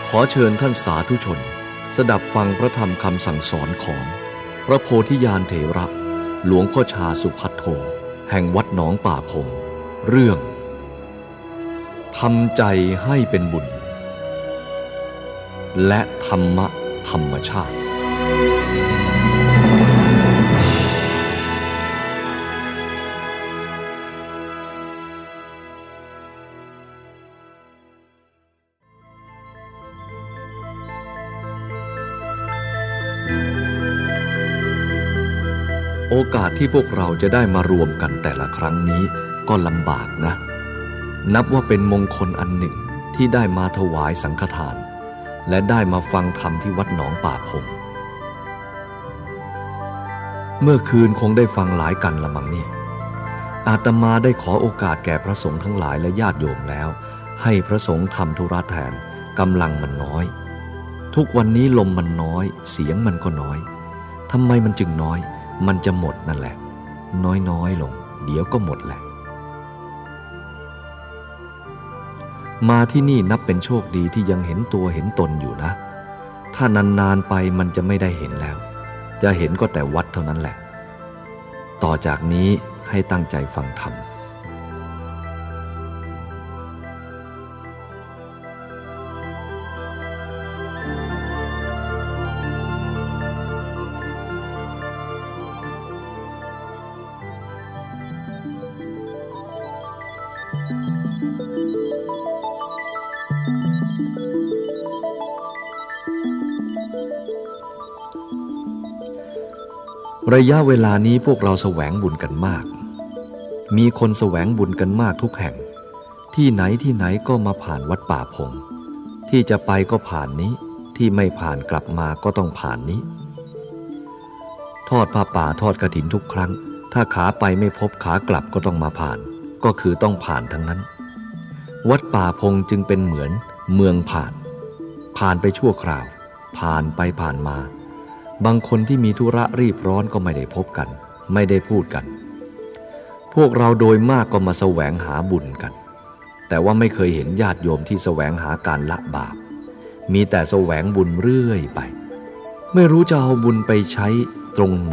ขอเชิญท่านสาธุชนสดับฟังพระธรรมคำสั่งสอนของพระโพธิญาณเถระหลวงพ่อชาสุภัทโทแห่งวัดหนองป่าพงเรื่องทำใจให้เป็นบุญและธรรมะธรรมชาติโอกาสที่พวกเราจะได้มารวมกันแต่ละครั้งนี้ก็ลำบากนะนับว่าเป็นมงคลอันหนึ่งที่ได้มาถวายสังฆทานและได้มาฟังธรรมที่วัดหนองป่าพงเมื่อคืนคงได้ฟังหลายกันละมั้งนี่อาตมาได้ขอโอกาสแก่พระสงฆ์ทั้งหลายและญาติโยมแล้วให้พระสงฆ์ทำธุระแทนกำลังมันน้อยทุกวันนี้ลมมันน้อยเสียงมันก็น้อยทำไมมันจึงน้อยมันจะหมดนั่นแหละน้อยลงเดี๋ยวก็หมดแหละมาที่นี่นับเป็นโชคดีที่ยังเห็นตัวเห็นตนอยู่นะถ้านานๆไปมันจะไม่ได้เห็นแล้วจะเห็นก็แต่วัดเท่านั้นแหละต่อจากนี้ให้ตั้งใจฟังธรรมระยะเวลานี้พวกเราแสวงบุญกันมากมีคนแสวงบุญกันมากทุกแห่งที่ไหนก็มาผ่านวัดป่าพงที่จะไปก็ผ่านนี้ที่ไม่ผ่านกลับมาก็ต้องผ่านนี้ทอดผ้าป่าทอดกฐินทุกครั้งถ้าขาไปไม่พบขากลับก็ต้องมาผ่านก็คือต้องผ่านทั้งนั้นวัดป่าพงจึงเป็นเหมือนเมืองผ่านไปชั่วคราวผ่านไปผ่านมาบางคนที่มีธุระรีบร้อนก็ไม่ได้พบกันไม่ได้พูดกันพวกเราโดยมากก็มาแสวงหาบุญกันแต่ว่าไม่เคยเห็นญาติโยมที่แสวงหาการละบาปมีแต่แสวงบุญเรื่อยไปไม่รู้จะเอาบุญไปใช้ตรงไหน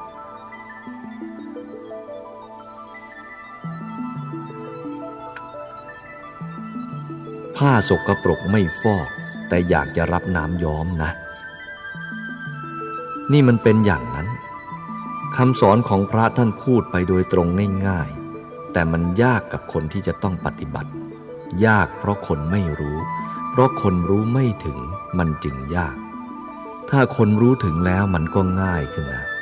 ผ้าสกปรกไม่ฟอกแต่อยากจะรับน้ำย้อมนะนี่มันเป็นอย่างนั้นคำสอนของพระท่านพูดไปโดยตรงง่ายๆแต่มันยากกับคนที่จะต้องปฏิบัติยากเพราะคนไม่รู้เพราะคนรู้ไม่ถึงมันจึงยากถ้าคนรู้ถึงแล้วมันก็ง่ายขึ้นนะ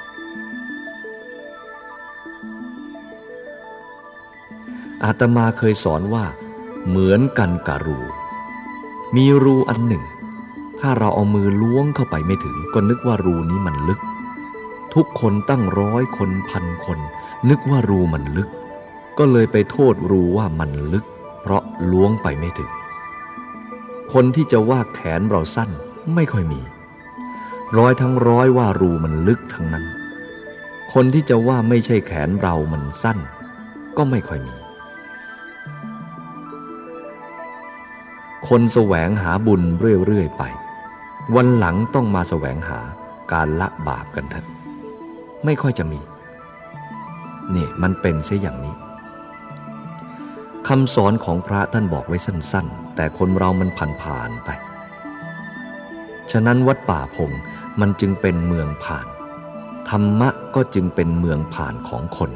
อาตมาเคยสอนว่าเหมือนกันกับรูมีรูอันหนึ่งถ้าเราเอามือล้วงเข้าไปไม่ถึงก็นึกว่ารูนี้มันลึกทุกคนตั้ง100 คน1,000 คนนึกว่ารูมันลึกก็เลยไปโทษรูว่ามันลึกเพราะล้วงไปไม่ถึงคนที่จะว่าแขนเราสั้นไม่ค่อยมีทั้งร้อยว่ารูมันลึกทั้งนั้นคนที่จะว่าไม่ใช่แขนเรามันสั้นก็ไม่ค่อยมีคนแสวงหาบุญเรื่อยๆไปวันหลังต้องมาแสวงหาการละบาปกันเถอะไม่ค่อยจะมีนี่มันเป็นเสียอย่างนี้คำสอนของพระท่านบอกไว้สั้นๆแต่คนเรามันผ่านไปฉะนั้นวัดป่าพงมันจึงเป็นเมืองผ่านธรรมะก็จึงเป็นเมืองผ่านของคน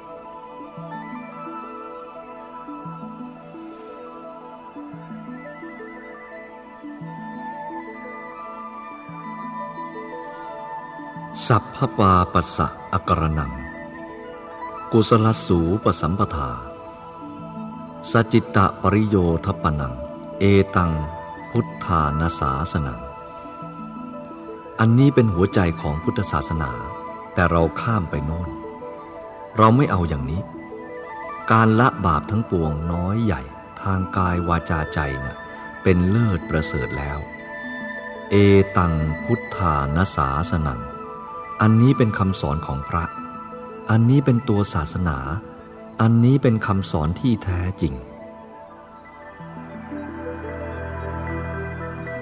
สัพพปาปัสสะอกรณังกุศลสูปสัมปทาสัจจิตะปริโยทปนังเอตังพุทธานาสาสนังอันนี้เป็นหัวใจของพุทธศาสนาแต่เราข้ามไปโน่นเราไม่เอาอย่างนี้การละบาปทั้งปวงน้อยใหญ่ทางกายวาจาใจน่ะเป็นเลิศประเสริฐแล้วเอตังพุทธานาสาสนังอันนี้เป็นคำสอนของพระอันนี้เป็นตัวศาสนาอันนี้เป็นคำสอนที่แท้จริง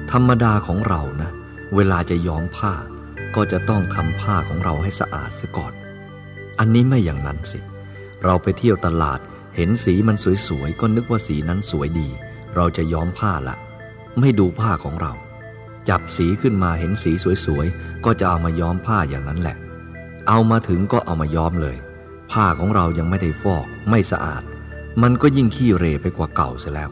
ธรรมดาของเรานะเวลาจะย้อมผ้าก็จะต้องทำผ้าของเราให้สะอาดเสียก่อนอันนี้ไม่อย่างนั้นสิเราไปเที่ยวตลาดเห็นสีมันสวยๆก็นึกว่าสีนั้นสวยดีเราจะย้อมผ้าละไม่ดูผ้าของเราจับสีขึ้นมาเห็นสีสวยๆก็จะเอามาย้อมผ้าอย่างนั้นแหละเอามาถึงก็เอามาย้อมเลยผ้าของเรายังไม่ได้ฟอกไม่สะอาดมันก็ยิ่งขี้เหร่ไปกว่าเก่าเสียแล้ว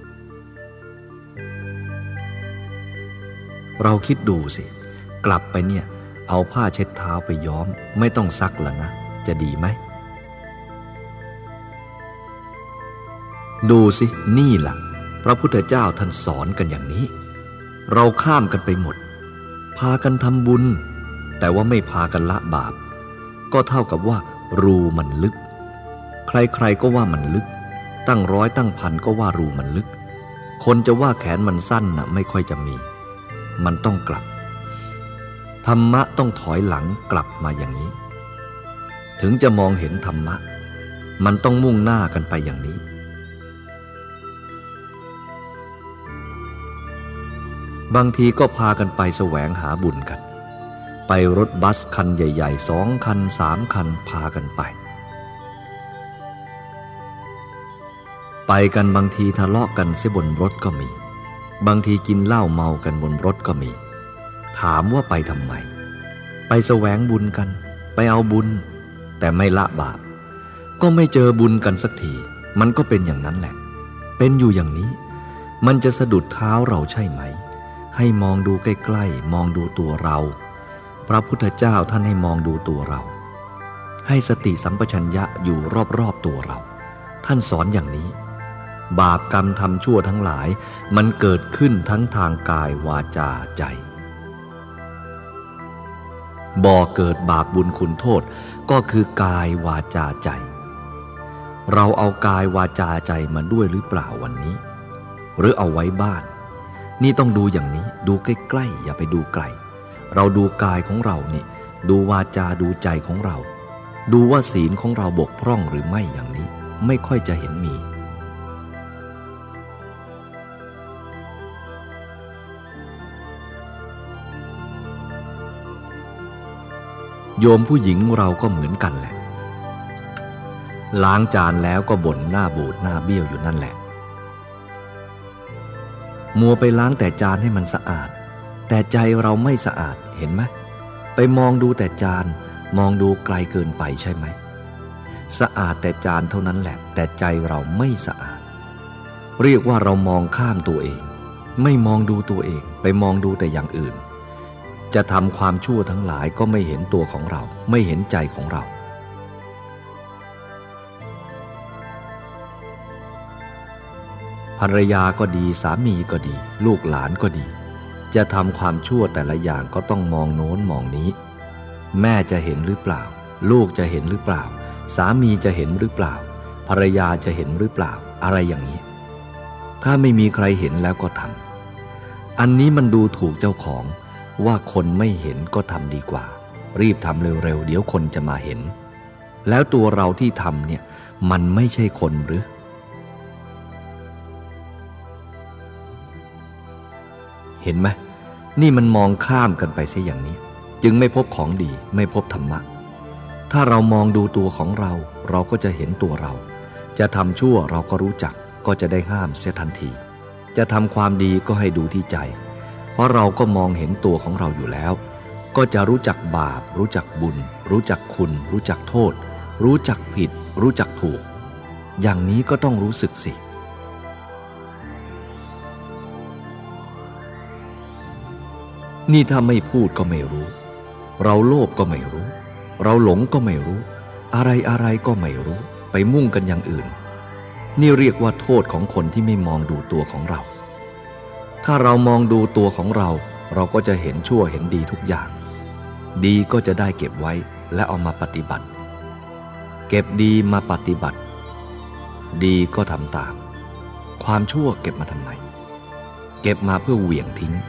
เราคิดดูสิกลับไปเนี่ยเอาผ้าเช็ดเท้าไปย้อมไม่ต้องซักแล้วนะจะดีไหมดูสินี่ล่ะพระพุทธเจ้าท่านสอนกันอย่างนี้เราข้ามกันไปหมดพากันทำบุญแต่ว่าไม่พากันละบาปก็เท่ากับว่ารูมันลึกใครๆก็ว่ามันลึกตั้งร้อยตั้งพันก็ว่ารูมันลึกคนจะว่าแขนมันสั้นน่ะไม่ค่อยจะมีมันต้องกลับธรรมะต้องถอยหลังกลับมาอย่างนี้ถึงจะมองเห็นธรรมะมันต้องมุ่งหน้ากันไปอย่างนี้บางทีก็พากันไปแสวงหาบุญกันไปรถบัสคันใหญ่ๆ2 คัน3 คันพากันไปกันบางทีทะเลาะกันเสียบนรถก็มีบางทีกินเหล้าเมากันบนรถก็มีถามว่าไปทำไมไปแสวงบุญกันไปเอาบุญแต่ไม่ละบาปก็ไม่เจอบุญกันสักทีมันก็เป็นอย่างนั้นแหละเป็นอยู่อย่างนี้มันจะสะดุดเท้าเราใช่ไหมให้มองดูใกล้ๆมองดูตัวเราพระพุทธเจ้าท่านให้มองดูตัวเราให้สติสัมปชัญญะอยู่รอบๆตัวเราท่านสอนอย่างนี้บาปกรรมทำชั่วทั้งหลายมันเกิดขึ้นทั้งทางกายวาจาใจบ่อเกิดบาปบุญคุณโทษก็คือกายวาจาใจเราเอากายวาจาใจมาด้วยหรือเปล่าวันนี้หรือเอาไว้บ้านนี่ต้องดูอย่างนี้ดูใกล้ๆอย่าไปดูไกลเราดูกายของเรานี่ดูวาจาดูใจของเราดูว่าศีลของเราบกพร่องหรือไม่อย่างนี้ไม่ค่อยจะเห็นมีโยมผู้หญิงเราก็เหมือนกันแหละล้างจานแล้วก็บ่นหน้าบูดหน้าเบี้ยวอยู่นั่นแหละมัวไปล้างแต่จานให้มันสะอาดแต่ใจเราไม่สะอาดเห็นไหมไปมองดูแต่จานมองดูไกลเกินไปใช่ไหมสะอาดแต่จานเท่านั้นแหละแต่ใจเราไม่สะอาดเรียกว่าเรามองข้ามตัวเองไม่มองดูตัวเองไปมองดูแต่อย่างอื่นจะทำความชั่วทั้งหลายก็ไม่เห็นตัวของเราไม่เห็นใจของเราภรรยาก็ดีสามีก็ดีลูกหลานก็ดีจะทำความชั่วแต่ละอย่างก็ต้องมองโน้นมองนี้แม่จะเห็นหรือเปล่าลูกจะเห็นหรือเปล่าสามีจะเห็นหรือเปล่าภรรยาจะเห็นหรือเปล่าอะไรอย่างนี้ถ้าไม่มีใครเห็นแล้วก็ทำอันนี้มันดูถูกเจ้าของว่าคนไม่เห็นก็ทำดีกว่ารีบทำเร็วๆเดี๋ยวคนจะมาเห็นแล้วตัวเราที่ทำเนี่ยมันไม่ใช่คนหรือเห็นไหมนี่มันมองข้ามกันไปเสียอย่างนี้จึงไม่พบของดีไม่พบธรรมะถ้าเรามองดูตัวของเราเราก็จะเห็นตัวเราจะทำชั่วเราก็รู้จักก็จะได้ห้ามเสียทันทีจะทำความดีก็ให้ดูที่ใจเพราะเราก็มองเห็นตัวของเราอยู่แล้วก็จะรู้จักบาปรู้จักบุญรู้จักคุณรู้จักโทษรู้จักผิดรู้จักถูกอย่างนี้ก็ต้องรู้สึกสินี่ถ้าไม่พูดก็ไม่รู้เราโลภก็ไม่รู้เราหลงก็ไม่รู้อะไรก็ไม่รู้ไปมุ่งกันอย่างอื่นนี่เรียกว่าโทษของคนที่ไม่มองดูตัวของเราถ้าเรามองดูตัวของเราเราก็จะเห็นชั่วเห็นดีทุกอย่างดีก็จะได้เก็บไว้และเอามาปฏิบัติเก็บดีมาปฏิบัติดีก็ทำตามความชั่วเก็บมาทำไมเก็บมาเพื่อเหวี่ยงทิ้ง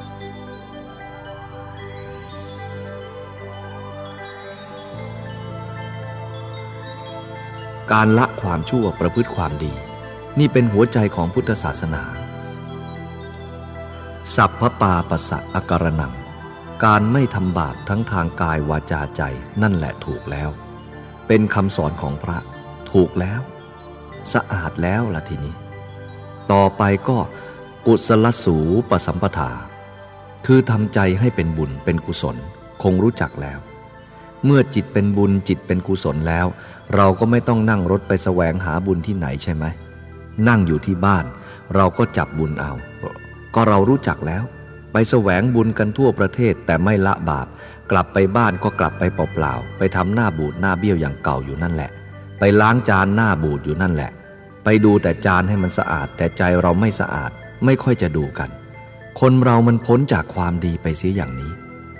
การละความชั่วประพฤติความดีนี่เป็นหัวใจของพุทธศาสนาสัพพปาปัสสะอการนังการไม่ทำบาปทั้งทางกายวาจาใจนั่นแหละถูกแล้วเป็นคำสอนของพระถูกแล้วสะอาดแล้วล่ะทีนี้ต่อไปก็กุศลสูปสัมปทาคือทำใจให้เป็นบุญเป็นกุศลคงรู้จักแล้วเมื่อจิตเป็นบุญจิตเป็นกุศลแล้วเราก็ไม่ต้องนั่งรถไปแสวงหาบุญที่ไหนใช่ไหมนั่งอยู่ที่บ้านเราก็จับบุญเอาก็เรารู้จักแล้วไปแสวงบุญกันทั่วประเทศแต่ไม่ละบาปกลับไปบ้านก็กลับไปเปล่าๆไปทำหน้าบูดหน้าเบี้ยวอย่างเก่าอยู่นั่นแหละไปล้างจานหน้าบูดอยู่นั่นแหละไปดูแต่จานให้มันสะอาดแต่ใจเราไม่สะอาดไม่ค่อยจะดูกันคนเรามันพ้นจากความดีไปเสียอย่างนี้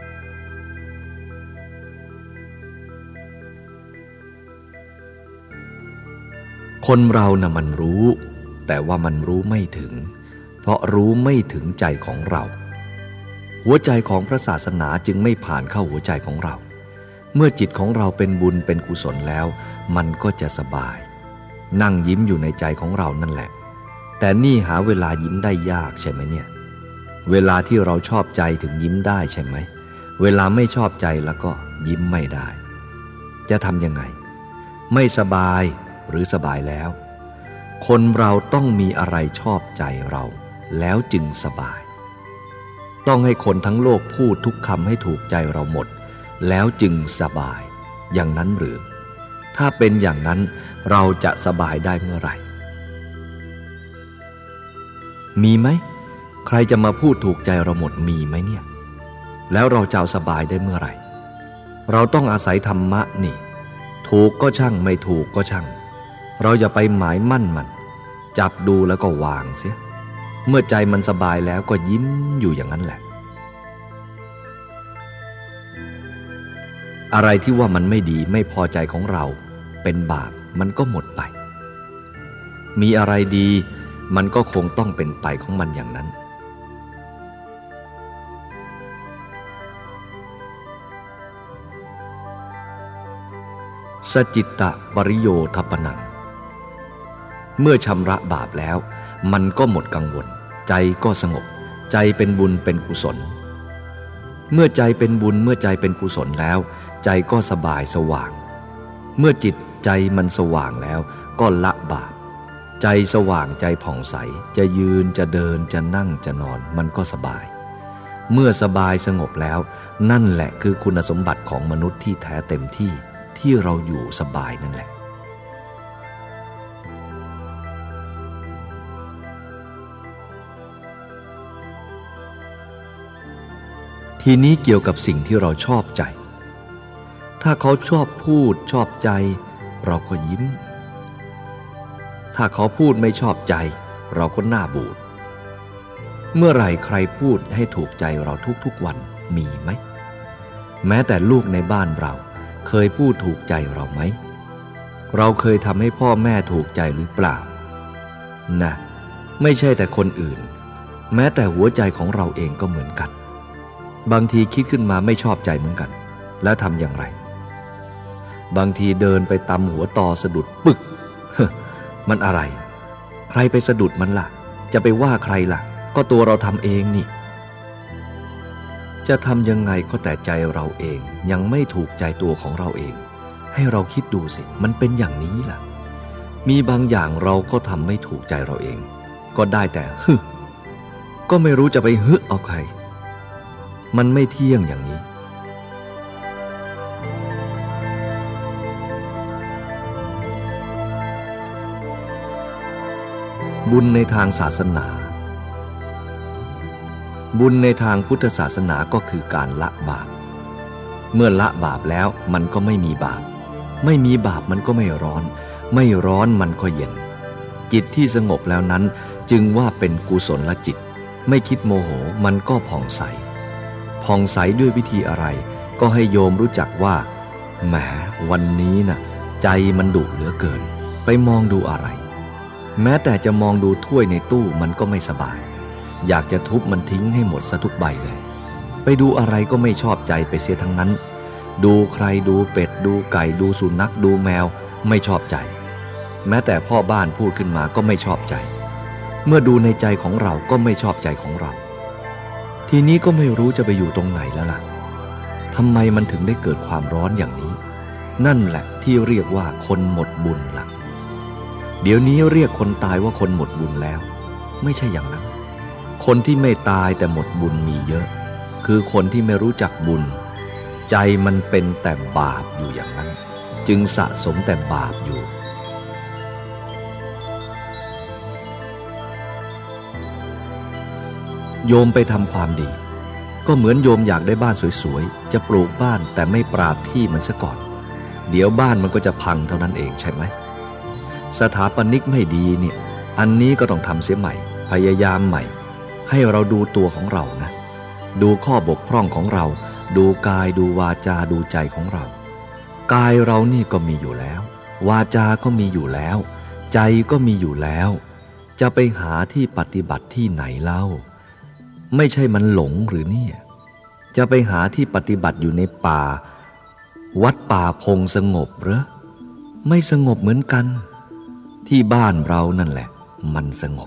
คนเราน่ะมันรู้แต่ว่ามันรู้ไม่ถึงเพราะรู้ไม่ถึงใจของเราหัวใจของพระศาสนาจึงไม่ผ่านเข้าหัวใจของเราเมื่อจิตของเราเป็นบุญเป็นกุศลแล้วมันก็จะสบายนั่งยิ้มอยู่ในใจของเรานั่นแหละแต่นี่หาเวลายิ้มได้ยากใช่ไหมเนี่ยเวลาที่เราชอบใจถึงยิ้มได้ใช่ไหมเวลาไม่ชอบใจแล้วก็ยิ้มไม่ได้จะทำยังไงไม่สบายหรือสบายแล้วคนเราต้องมีอะไรชอบใจเราแล้วจึงสบายต้องให้คนทั้งโลกพูดทุกคำให้ถูกใจเราหมดแล้วจึงสบายอย่างนั้นหรือถ้าเป็นอย่างนั้นเราจะสบายได้เมื่อไหร่มีไหมใครจะมาพูดถูกใจเราหมดมีไหมเนี่ยแล้วเราจะสบายได้เมื่อไหร่เราต้องอาศัยธรรมะนี่ถูกก็ช่างไม่ถูกก็ช่างเราอย่าไปหมายมั่นมันจับดูแล้วก็วางเสียเมื่อใจมันสบายแล้วก็ยิ้มอยู่อย่างนั้นแหละอะไรที่ว่ามันไม่ดีไม่พอใจของเราเป็นบาปมันก็หมดไปมีอะไรดีมันก็คงต้องเป็นไปของมันอย่างนั้นสจิตตปริโยทปนังเมื่อชำระบาปแล้วมันก็หมดกังวลใจก็สงบใจเป็นบุญเป็นกุศลเมื่อใจเป็นบุญเมื่อใจเป็นกุศลแล้วใจก็สบายสว่างเมื่อจิตใจมันสว่างแล้วก็ละบาปใจสว่างใจผ่องใสจะยืนจะเดินจะนั่งจะนอนมันก็สบายเมื่อสบายสงบแล้วนั่นแหละคือคุณสมบัติของมนุษย์ที่แท้เต็มที่ที่เราอยู่สบายนั่นแหละทีนี้เกี่ยวกับสิ่งที่เราชอบใจถ้าเขาชอบพูดชอบใจเราก็ยิ้มถ้าเขาพูดไม่ชอบใจเราก็หน้าบูดเมื่อไหร่ใครพูดให้ถูกใจเราทุกๆวันมีไหมแม้แต่ลูกในบ้านเราเคยพูดถูกใจเราไหมเราเคยทำให้พ่อแม่ถูกใจหรือเปล่านะไม่ใช่แต่คนอื่นแม้แต่หัวใจของเราเองก็เหมือนกันบางทีคิดขึ้นมาไม่ชอบใจเหมือนกันแล้วทำอย่างไรบางทีเดินไปตำหัวตอสะดุดปึกมันอะไรใครไปสะดุดมันล่ะจะไปว่าใครล่ะก็ตัวเราทำเองนี่จะทำยังไงก็แต่ใจเราเองยังไม่ถูกใจตัวของเราเองให้เราคิดดูสิมันเป็นอย่างนี้ล่ะมีบางอย่างเราก็ทำไม่ถูกใจเราเองก็ได้แต่ก็ไม่รู้จะไปเอาใครมันไม่เที่ยงอย่างนี้บุญในทางศาสนาบุญในทางพุทธศาสนาก็คือการละบาปเมื่อละบาปแล้วมันก็ไม่มีบาปไม่มีบาปมันก็ไม่ร้อนไม่ร้อนมันก็เย็นจิตที่สงบแล้วนั้นจึงว่าเป็นกุศลจิตไม่คิดโมโหมันก็ผ่องใสผ่องใสด้วยวิธีอะไรก็ให้โยมรู้จักว่าแหมวันนี้น่ะใจมันดุเหลือเกินไปมองดูอะไรแม้แต่จะมองดูถ้วยในตู้มันก็ไม่สบายอยากจะทุบมันทิ้งให้หมดซะทุกใบเลยไปดูอะไรก็ไม่ชอบใจไปเสียทั้งนั้นดูใครดูเป็ดดูไก่ดูสุนัขดูแมวไม่ชอบใจแม้แต่พ่อบ้านพูดขึ้นมาก็ไม่ชอบใจเมื่อดูในใจของเราก็ไม่ชอบใจของเราทีนี้ก็ไม่รู้จะไปอยู่ตรงไหนแล้วล่ะทำไมมันถึงได้เกิดความร้อนอย่างนี้นั่นแหละที่เรียกว่าคนหมดบุญล่ะเดี๋ยวนี้เรียกคนตายว่าคนหมดบุญแล้วไม่ใช่อย่างนั้นคนที่ไม่ตายแต่หมดบุญมีเยอะคือคนที่ไม่รู้จักบุญใจมันเป็นแต่บาปอยู่อย่างนั้นจึงสะสมแต่บาปอยู่โยมไปทำความดีก็เหมือนโยมอยากได้บ้านสวยๆจะปลูกบ้านแต่ไม่ปราบที่มันซะก่อนเดี๋ยวบ้านมันก็จะพังเท่านั้นเองใช่ไหมสถาปนิกไม่ดีเนี่ยอันนี้ก็ต้องทำเสียใหม่พยายามใหม่ให้เราดูตัวของเรานะดูข้อบกพร่องของเราดูกายดูวาจาดูใจของเรากายเรานี่ก็มีอยู่แล้ววาจาก็มีอยู่แล้วใจก็มีอยู่แล้วจะไปหาที่ปฏิบัติที่ไหนเล่าไม่ใช่มันหลงหรือเนี่ยจะไปหาที่ปฏิบัติอยู่ในป่าวัดป่าพงสงบเหรอไม่สงบเหมือนกันที่บ้านเรานั่นแหละมันสงบ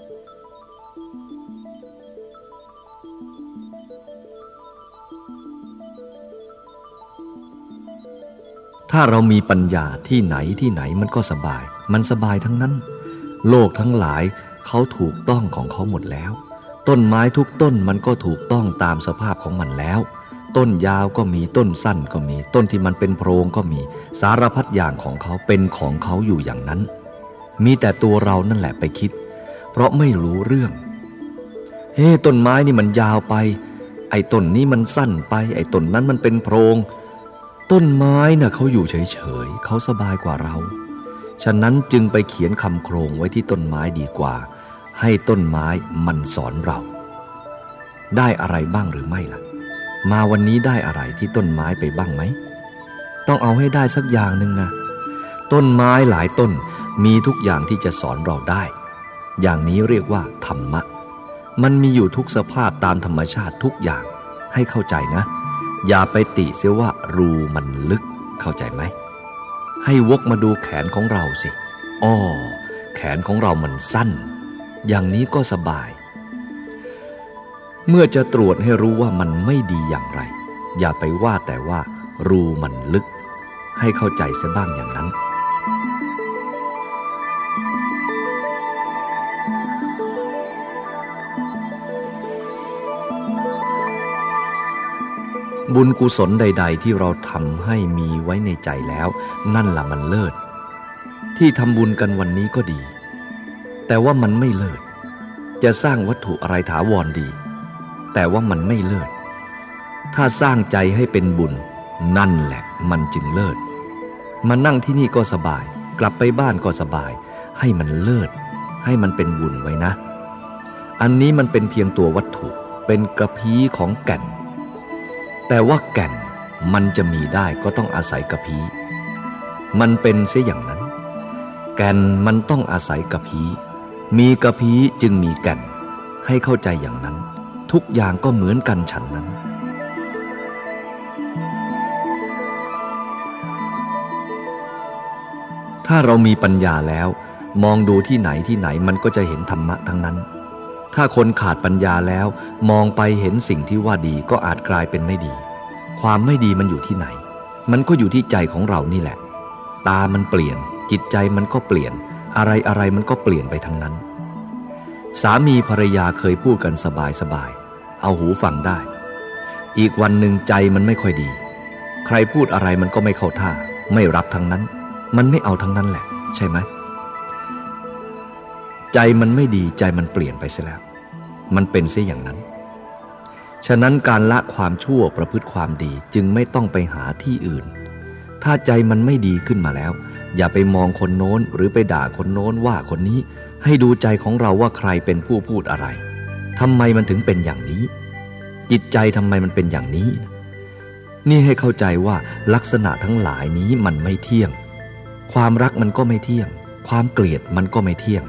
ถ้าเรามีปัญญาที่ไหนที่ไหนมันก็สบายมันสบายทั้งนั้นโลกทั้งหลายเขาถูกต้องของเขาหมดแล้วต้นไม้ทุกต้นมันก็ถูกต้องตามสภาพของมันแล้วต้นยาวก็มีต้นสั้นก็มีต้นที่มันเป็นโพรงก็มีสารพัดอย่างของเขาเป็นของเขาอยู่อย่างนั้นมีแต่ตัวเรานั่นแหละไปคิดเพราะไม่รู้เรื่องต้นไม้นี่มันยาวไปไอ้ต้นนี้มันสั้นไปไอ้ต้นนั้นมันเป็นโพรงต้นไม้น่ะเขาอยู่เฉยๆเขาสบายกว่าเราฉะนั้นจึงไปเขียนคำโครงไว้ที่ต้นไม้ดีกว่าให้ต้นไม้มันสอนเราได้อะไรบ้างหรือไม่ล่ะมาวันนี้ได้อะไรที่ต้นไม้ไปบ้างไหมต้องเอาให้ได้สักอย่างหนึ่งนะต้นไม้หลายต้นมีทุกอย่างที่จะสอนเราได้อย่างนี้เรียกว่าธรรมะมันมีอยู่ทุกสภาพตามธรรมชาติทุกอย่างให้เข้าใจนะอย่าไปติเสียว่ารูมันลึกเข้าใจไหมให้วกมาดูแขนของเราสิแขนของเรามันสั้นอย่างนี้ก็สบายเมื่อจะตรวจให้รู้ว่ามันไม่ดีอย่างไรอย่าไปว่าแต่ว่ารูมันลึกให้เข้าใจเสียบ้างอย่างนั้นบุญกุศลใดๆที่เราทำให้มีไว้ในใจแล้วนั่นล่ะมันเลิศที่ทำบุญกันวันนี้ก็ดีแต่ว่ามันไม่เลิศจะสร้างวัตถุอะไรถาวรดีแต่ว่ามันไม่เลิศถ้าสร้างใจให้เป็นบุญนั่นแหละมันจึงเลิศมานั่งที่นี่ก็สบายกลับไปบ้านก็สบายให้มันเลิศให้มันเป็นบุญไว้นะอันนี้มันเป็นเพียงตัววัตถุเป็นกระพี้ของแก่นแต่ว่าแก่นมันจะมีได้ก็ต้องอาศัยกระพี้มันเป็นเสียอย่างนั้นแก่นมันต้องอาศัยกระพี้มีกระพี้จึงมีแก่นให้เข้าใจอย่างนั้นทุกอย่างก็เหมือนกันฉันนั้นถ้าเรามีปัญญาแล้วมองดูที่ไหนที่ไหนมันก็จะเห็นธรรมะทั้งนั้นถ้าคนขาดปัญญาแล้วมองไปเห็นสิ่งที่ว่าดีก็อาจกลายเป็นไม่ดีความไม่ดีมันอยู่ที่ไหนมันก็อยู่ที่ใจของเรานี่แหละตามันเปลี่ยนจิตใจมันก็เปลี่ยนอะไรมันก็เปลี่ยนไปทั้งนั้นสามีภรรยาเคยพูดกันสบายๆเอาหูฟังได้อีกวันหนึ่งใจมันไม่ค่อยดีใครพูดอะไรมันก็ไม่เข้าท่าไม่รับทั้งนั้นมันไม่เอาทั้งนั้นแหละใช่ไหมใจมันไม่ดีใจมันเปลี่ยนไปเสียแล้วมันเป็นเสียอย่างนั้นฉะนั้นการละความชั่วประพฤติความดีจึงไม่ต้องไปหาที่อื่นถ้าใจมันไม่ดีขึ้นมาแล้วอย่าไปมองคนโน้นหรือไปด่าคนโน้นว่าคนนี้ให้ดูใจของเราว่าใครเป็นผู้พูดอะไรทำไมมันถึงเป็นอย่างนี้จิตใจทำไมมันเป็นอย่างนี้นี่ให้เข้าใจว่าลักษณะทั้งหลายนี้มันไม่เที่ยงความรักมันก็ไม่เที่ยงความเกลียดมันก็ไม่เที่ยง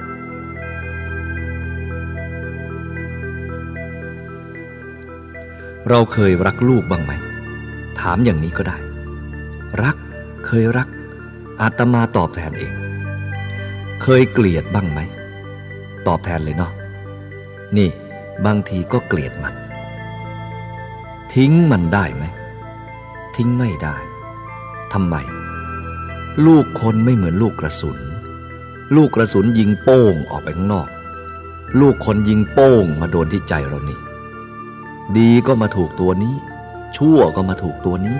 เราเคยรักลูกบ้างไหมถามอย่างนี้ก็ได้รักเคยรักอาตมาตอบแทนเองเคยเกลียดบ้างไหมตอบแทนเลยเนาะนี่บางทีก็เกลียดมันทิ้งมันได้ไหมทิ้งไม่ได้ทำไมลูกคนไม่เหมือนลูกกระสุนลูกกระสุนยิงโป้งออกไปข้างนอกลูกคนยิงโป้งมาโดนที่ใจเรานี่ดีก็มาถูกตัวนี้ชั่วก็มาถูกตัวนี้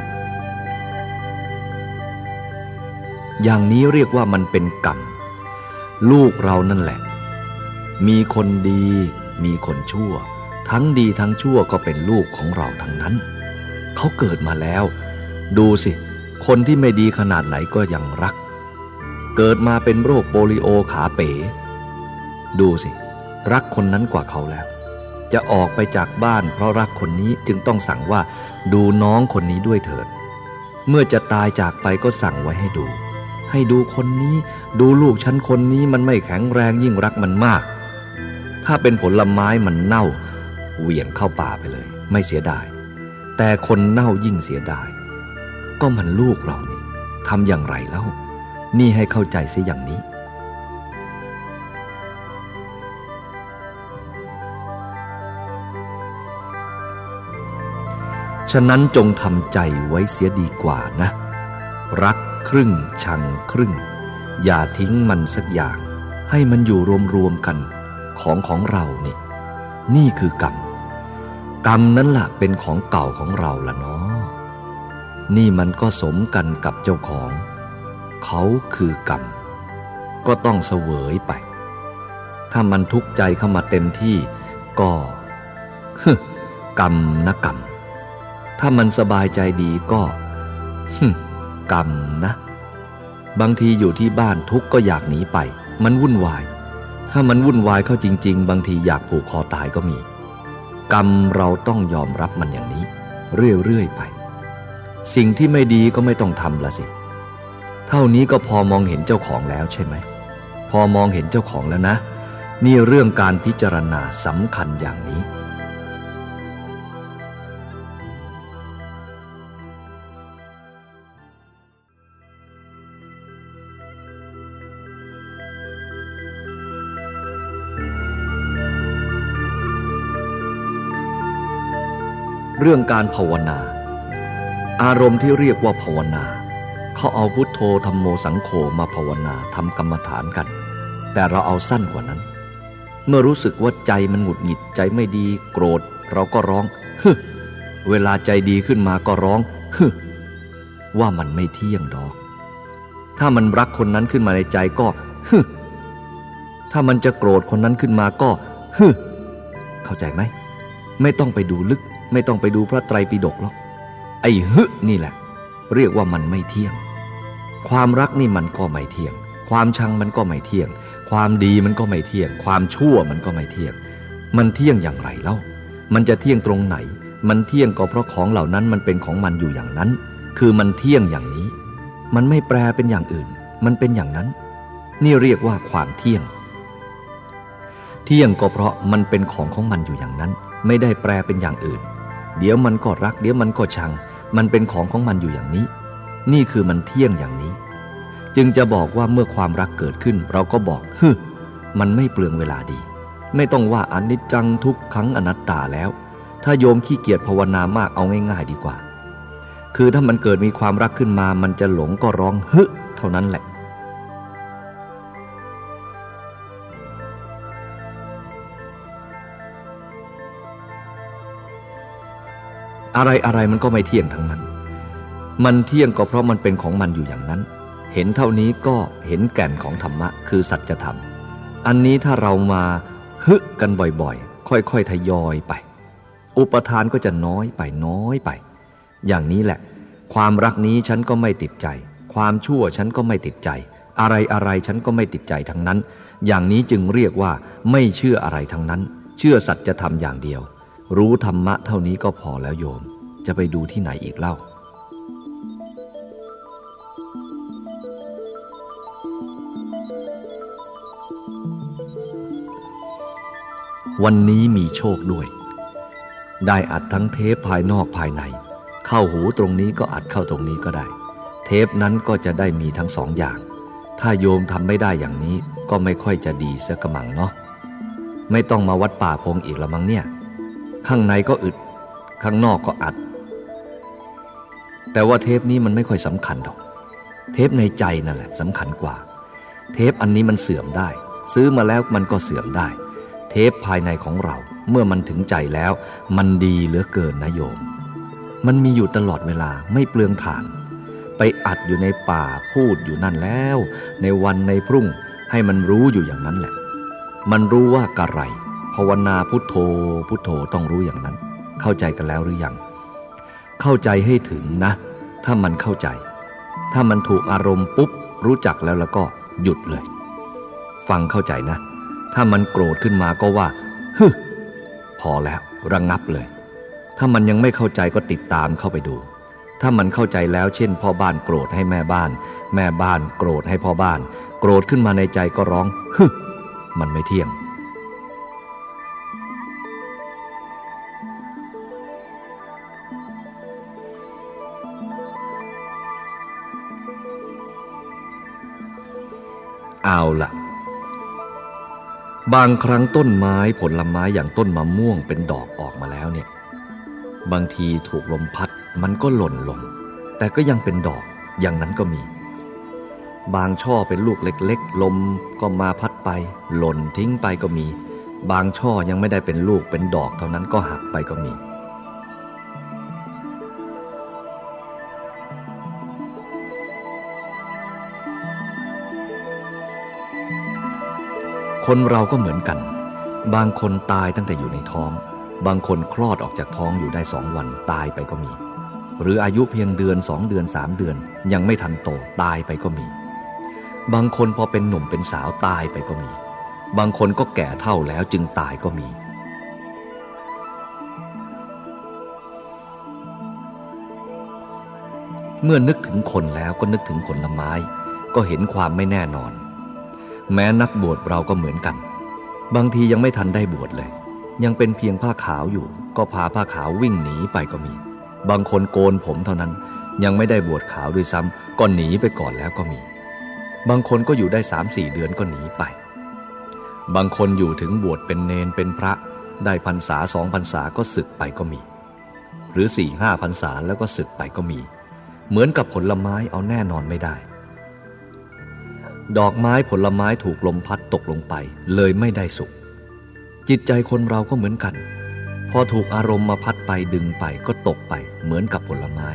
อย่างนี้เรียกว่ามันเป็นกรรมลูกเรานั่นแหละมีคนดีมีคนชั่วทั้งดีทั้งชั่วก็เป็นลูกของเราทั้งนั้นเขาเกิดมาแล้วดูสิคนที่ไม่ดีขนาดไหนก็ยังรักเกิดมาเป็นโรคโปลิโอขาเป๋ดูสิรักคนนั้นกว่าเขาแล้วจะออกไปจากบ้านเพราะรักคนนี้จึงต้องสั่งว่าดูน้องคนนี้ด้วยเถิดเมื่อจะตายจากไปก็สั่งไว้ให้ดูคนนี้ดูลูกฉันคนนี้มันไม่แข็งแรงยิ่งรักมันมากถ้าเป็นผลไม้มันเน่าเหวี่ยงเข้าป่าไปเลยไม่เสียดายแต่คนเน่ายิ่งเสียดายก็มันลูกเรานี่ทำอย่างไรแล้วนี่ให้เข้าใจเสียอย่างนี้ฉะนั้นจงทำใจไว้เสียดีกว่านะรักครึ่งชังครึ่งอย่าทิ้งมันสักอย่างให้มันอยู่รวมๆกันของเรานี่คือกรรมนั้นล่ะเป็นของเก่าของเราล่ะเนาะนี่มันก็สมกันกับเจ้าของเขาคือกรรมก็ต้องเสวยไปถ้ามันทุกข์ใจเข้ามาเต็มที่ก็กรรมนะกรรมถ้ามันสบายใจดีก็กรรมนะบางทีอยู่ที่บ้านทุกข์ก็อยากหนีไปมันวุ่นวายถ้ามันวุ่นวายเข้าจริงๆบางทีอยากผูกคอตายก็มีกรรมเราต้องยอมรับมันอย่างนี้เรื่อยๆไปสิ่งที่ไม่ดีก็ไม่ต้องทำละสิเท่านี้ก็พอมองเห็นเจ้าของแล้วใช่ไหมพอมองเห็นเจ้าของแล้วนะนี่เรื่องการพิจารณาสำคัญอย่างนี้เรื่องการภาวนาอารมณ์ที่เรียกว่าภาวนาเขาเอาพุทโธธัมโมสังโฆมาภาวนาทำกรรมฐานกันแต่เราเอาสั้นกว่านั้นเมื่อรู้สึกว่าใจมันหงุดหงิดใจไม่ดีโกรธเราก็ร้องเวลาใจดีขึ้นมาก็ร้องว่ามันไม่เที่ยงดอกถ้ามันรักคนนั้นขึ้นมาในใจก็ถ้ามันจะโกรธคนนั้นขึ้นมาก็เข้าใจไหมไม่ต้องไปดูลึกไม่ต้องไปดูพระไตรปิฎกหรอกไอ้นี่แหละเรียกว่ามันไม่เที่ยงความรักนี่มันก็ไม่เที่ยงความชังมันก็ไม่เที่ยงความดีมันก็ไม่เที่ยงความชั่วมันก็ไม่เที่ยงมันเที่ยงอย่างไรเล่ามันจะเที่ยงตรงไหนมันเที่ยงก็เพราะของเหล่านั้นมันเป็นของมันอยู่อย่างนั้นคือมันเที่ยงอย่างนี้มันไม่แปรเป็นอย่างอื่นมันเป็นอย่างนั้นนี่เรียกว่าความเที่ยงเที่ยงก็เพราะมันเป็นของมันอยู่อย่างนั้นไม่ได้แปรเป็นอย่างอื่นเดี๋ยวมันก็รักเดี๋ยวมันก็ชังมันเป็นของมันอยู่อย่างนี้นี่คือมันเที่ยงอย่างนี้จึงจะบอกว่าเมื่อความรักเกิดขึ้นเราก็บอกมันไม่เปลืองเวลาดีไม่ต้องว่าอนิจจังทุกขังอนัตตาแล้วถ้าโยมขี้เกียจภาวนามากเอาง่ายๆดีกว่าคือถ้ามันเกิดมีความรักขึ้นมามันจะหลงก็ร้องเท่านั้นแหละอะไรมันก็ไม่เที่ยงทั้งนั้นมันเที่ยงก็เพราะมันเป็นของมันอยู่อย่างนั้นเห็นเท่านี้ก็เห็นแก่นของธรรมะคือสัจธรรมอันนี้ถ้าเรามากันบ่อยๆค่อยๆทยอยไปอุปทานก็จะน้อยไปอย่างนี้แหละความรักนี้ฉันก็ไม่ติดใจความชั่วฉันก็ไม่ติดใจอะไรฉันก็ไม่ติดใจทั้งนั้นอย่างนี้จึงเรียกว่าไม่เชื่ออะไรทั้งนั้นเชื่อสัจธรรมอย่างเดียวรู้ธรรมะเท่านี้ก็พอแล้วโยมจะไปดูที่ไหนอีกเล่าวันนี้มีโชคด้วยได้อัดทั้งเทปภายนอกภายในเข้าหูตรงนี้ก็อัดเข้าตรงนี้ก็ได้เทปนั้นก็จะได้มีทั้งสองอย่างถ้าโยมทำไม่ได้อย่างนี้ก็ไม่ค่อยจะดีสักกะมังเนาะไม่ต้องมาวัดป่าพงอีกละมั้งเนี่ยข้างในก็อึดข้างนอกก็อัดแต่ว่าเทปนี้มันไม่ค่อยสำคัญหรอกเทปในใจนั่นแหละสำคัญกว่าเทปอันนี้มันเสื่อมได้ซื้อมาแล้วมันก็เสื่อมได้เทปภายในของเราเมื่อมันถึงใจแล้วมันดีเหลือเกินนะโยมมันมีอยู่ตลอดเวลาไม่เปลืองถ่านไปอัดอยู่ในป่าพูดอยู่นั่นแล้วในวันในพรุ่งให้มันรู้อยู่อย่างนั้นแหละมันรู้ว่ากะไรภาวนาพุทโธพุทโธต้องรู้อย่างนั้นเข้าใจกันแล้วหรือยังเข้าใจให้ถึงนะถ้ามันเข้าใจถ้ามันถูกอารมณ์ปุ๊บรู้จักแล้วก็หยุดเลยฟังเข้าใจนะถ้ามันโกรธขึ้นมาก็ว่าฮึพอแล้วระงับเลยถ้ามันยังไม่เข้าใจก็ติดตามเข้าไปดูถ้ามันเข้าใจแล้วเช่นพ่อบ้านโกรธให้แม่บ้านแม่บ้านโกรธให้พ่อบ้านโกรธขึ้นมาในใจก็ร้องฮึมันไม่เที่ยงเอาล่ะบางครั้งต้นไม้ผลไม้อย่างต้นมะม่วงเป็นดอกออกมาแล้วเนี่ยบางทีถูกลมพัดมันก็หล่นลงแต่ก็ยังเป็นดอกอย่างนั้นก็มีบางช่อเป็นลูกเล็กๆลมก็มาพัดไปหล่นทิ้งไปก็มีบางช่อยังไม่ได้เป็นลูกเป็นดอกเท่านั้นก็หักไปก็มีคนเราก็เหมือนกันบางคนตายตั้งแต่อยู่ในท้องบางคนคลอดออกจากท้องอยู่ได้2 วันตายไปก็มีหรืออายุเพียงเดือน2 เดือน3 เดือนยังไม่ทันโตตายไปก็มีบางคนพอเป็นหนุ่มเป็นสาวตายไปก็มีบางคนก็แก่เฒ่าแล้วจึงตายก็มีเมื่อนึกถึงคนแล้วก็นึกถึงผลไม้ก็เห็นความไม่แน่นอนแม้นักบวชเราก็เหมือนกันบางทียังไม่ทันได้บวชเลยยังเป็นเพียงผ้าขาวอยู่ก็พาผ้าขาววิ่งหนีไปก็มีบางคนโกนผมเท่านั้นยังไม่ได้บวชขาวด้วยซ้ำก็หนีไปก่อนแล้วก็มีบางคนก็อยู่ได้ 3-4 เดือนก็หนีไปบางคนอยู่ถึงบวชเป็นเณรเป็นพระได้พรรษา2 พรรษาก็สึกไปก็มีหรือ 4-5 พรรษาแล้วก็สึกไปก็มีเหมือนกับผลไม้เอาแน่นอนไม่ได้ดอกไม้ผลไม้ถูกลมพัดตกลงไปเลยไม่ได้สุขจิตใจคนเราก็เหมือนกันพอถูกอารมณ์มาพัดไปดึงไปก็ตกไปเหมือนกับผลไม้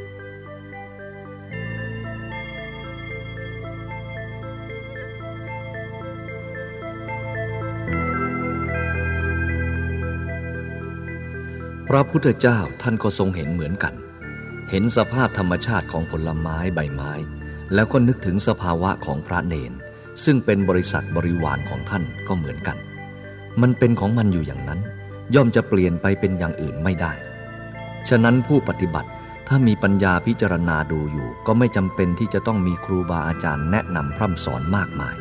พระพุทธเจ้าท่านก็ทรงเห็นเหมือนกันเห็นสภาพธรรมชาติของผลไม้ใบไม้แล้วก็นึกถึงสภาวะของพระเณรซึ่งเป็นบริษัทบริวารของท่านก็เหมือนกันมันเป็นของมันอยู่อย่างนั้นย่อมจะเปลี่ยนไปเป็นอย่างอื่นไม่ได้ฉะนั้นผู้ปฏิบัติถ้ามีปัญญาพิจารณาดูอยู่ก็ไม่จำเป็นที่จะต้องมีครูบาอาจารย์แนะนำพร่ำสอนมากมาย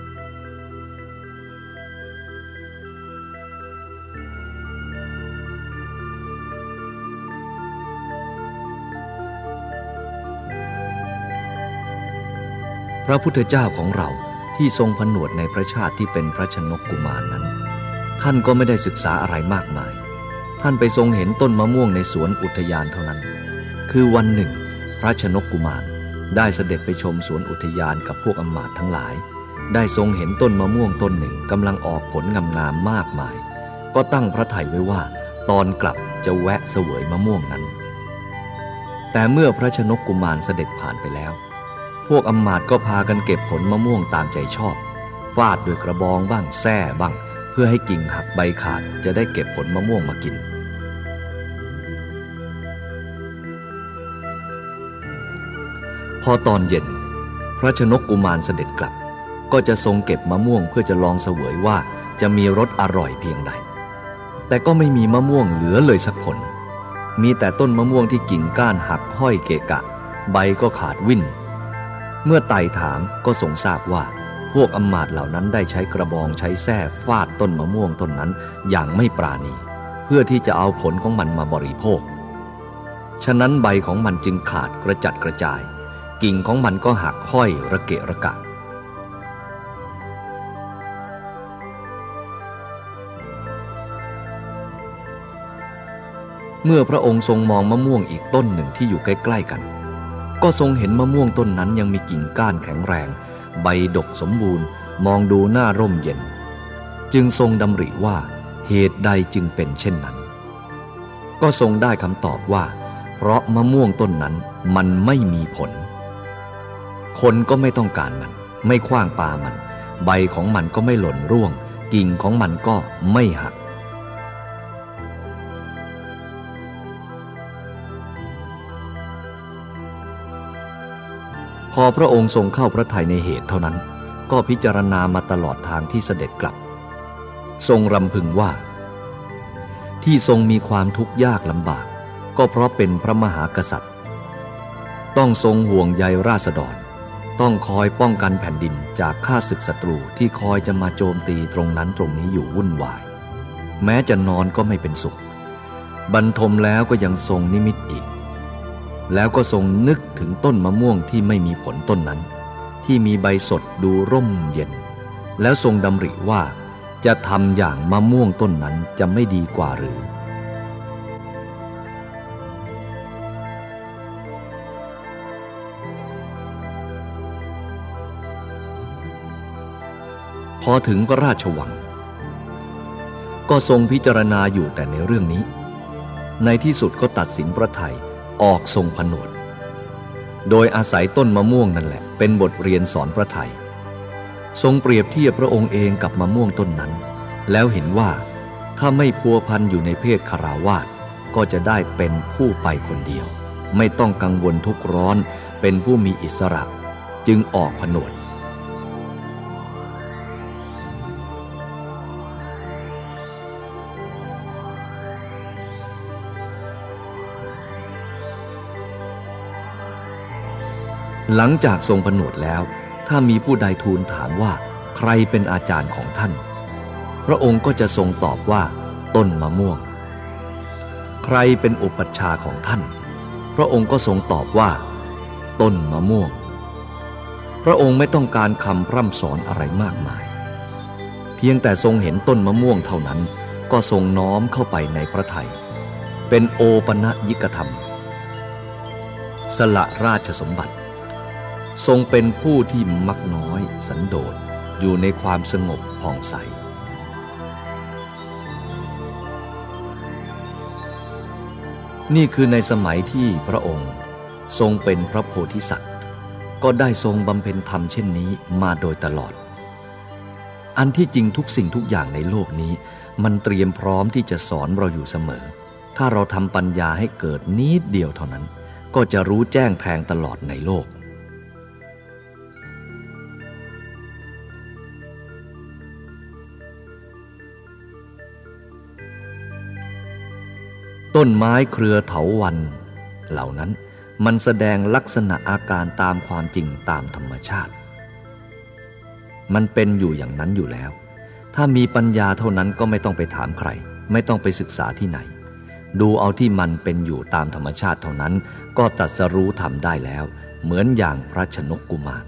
พระพุทธเจ้าของเราที่ทรงผนวดในพระชาติที่เป็นพระชนกกุมารนั้นท่านก็ไม่ได้ศึกษาอะไรมากมายท่านไปทรงเห็นต้นมะม่วงในสวนอุทยานเท่านั้นคือวันหนึ่งพระชนกกุมารได้เสด็จไปชมสวนอุทยานกับพวกอำมาตย์ทั้งหลายได้ทรงเห็นต้นมะม่วงต้นหนึ่งกำลังออกผลงามๆมากมายก็ตั้งพระทัยไว้ว่าตอนกลับจะแวะเสวยมะม่วงนั้นแต่เมื่อพระชนกกุมารเสด็จผ่านไปแล้วพวกอำมาตย์ก็พากันเก็บผลมะม่วงตามใจชอบฟาดด้วยกระบองบ้างแส้บ้างเพื่อให้กิ่งหักใบขาดจะได้เก็บผลมะม่วงมากินพอตอนเย็นพระชนกกุมารเสด็จกลับก็จะทรงเก็บมะม่วงเพื่อจะลองเสวยว่าจะมีรสอร่อยเพียงใดแต่ก็ไม่มีมะม่วงเหลือเลยสักผลมีแต่ต้นมะม่วงที่กิ่งก้านหักห้อยเกะกะใบก็ขาดวิ่นเมื่อไต่ถามก็ทรงทราบว่าพวกอำมาตย์เหล่านั้นได้ใช้กระบองใช้แส้ฟาดต้นมะม่วงต้นนั้นอย่างไม่ปราณีเพื่อที่จะเอาผลของมันมาบริโภคฉะนั้นใบของมันจึงขาดกระจัดกระจายกิ่งของมันก็หักห้อยระเกะระกะเมื่อพระองค์ทรงมองมะม่วงอีกต้นหนึ่งที่อยู่ใกล้ๆกันก็ทรงเห็นมะม่วงต้นนั้นยังมีกิ่งก้านแข็งแรงใบดกสมบูรณ์มองดูน่าร่มเย็นจึงทรงดำริว่าเหตุใดจึงเป็นเช่นนั้นก็ทรงได้คำตอบว่าเพราะมะม่วงต้นนั้นมันไม่มีผลคนก็ไม่ต้องการมันไม่ขว้างปามันใบของมันก็ไม่หล่นร่วงกิ่งของมันก็ไม่หักพอพระองค์ทรงเข้าพระทัยในเหตุเท่านั้นก็พิจารณามาตลอดทางที่เสด็จกลับทรงรำพึงว่าที่ทรงมีความทุกข์ยากลำบากก็เพราะเป็นพระมหากษัตริย์ต้องทรงห่วงใยราษฎรต้องคอยป้องกันแผ่นดินจากข้าศึกศัตรูที่คอยจะมาโจมตีตรงนั้นตรงนี้อยู่วุ่นวายแม้จะนอนก็ไม่เป็นสุขบรรทมแล้วก็ยังทรงนิมิตอีกแล้วก็ทรงนึกถึงต้นมะม่วงที่ไม่มีผลต้นนั้นที่มีใบสดดูร่มเย็นแล้วทรงดำริว่าจะทำอย่างมะม่วงต้นนั้นจะไม่ดีกว่าหรือพอถึงพระราชวังก็ทรงพิจารณาอยู่แต่ในเรื่องนี้ในที่สุดก็ตัดสินพระทัยออกทรงผนวดโดยอาศัยต้นมะม่วงนั่นแหละเป็นบทเรียนสอนพระทัยทรงเปรียบเทียบพระองค์เองกับมะม่วงต้นนั้นแล้วเห็นว่าถ้าไม่พัวพันอยู่ในเพศคฤหัสถ์ก็จะได้เป็นผู้ไปคนเดียวไม่ต้องกังวลทุกข์ร้อนเป็นผู้มีอิสระจึงออกผนวดหลังจากทรงผนวดแล้วถ้ามีผู้ใดทูลถามว่าใครเป็นอาจารย์ของท่านพระองค์ก็จะทรงตอบว่าต้นมะม่วงใครเป็นอุปัชฌาย์ของท่านพระองค์ก็ทรงตอบว่าต้นมะม่วงพระองค์ไม่ต้องการคำพร่ำสอนอะไรมากมายเพียงแต่ทรงเห็นต้นมะม่วงเท่านั้นก็ทรงน้อมเข้าไปในพระทัยเป็นโอปนยิกธรรมสละราชสมบัติทรงเป็นผู้ที่มักน้อยสันโดษอยู่ในความสงบผ่องใสนี่คือในสมัยที่พระองค์ทรงเป็นพระโพธิสัตว์ก็ได้ทรงบำเพ็ญธรรมเช่นนี้มาโดยตลอดอันที่จริงทุกสิ่งทุกอย่างในโลกนี้มันเตรียมพร้อมที่จะสอนเราอยู่เสมอถ้าเราทำปัญญาให้เกิดนิดเดียวเท่านั้นก็จะรู้แจ้งแทงตลอดในโลกต้นไม้เครือเถาวัลย์เหล่านั้นมันแสดงลักษณะอาการตามความจริงตามธรรมชาติมันเป็นอยู่อย่างนั้นอยู่แล้วถ้ามีปัญญาเท่านั้นก็ไม่ต้องไปถามใครไม่ต้องไปศึกษาที่ไหนดูเอาที่มันเป็นอยู่ตามธรรมชาติเท่านั้นก็ตรัสรู้ธรรมได้แล้วเหมือนอย่างพระชนกกุมาร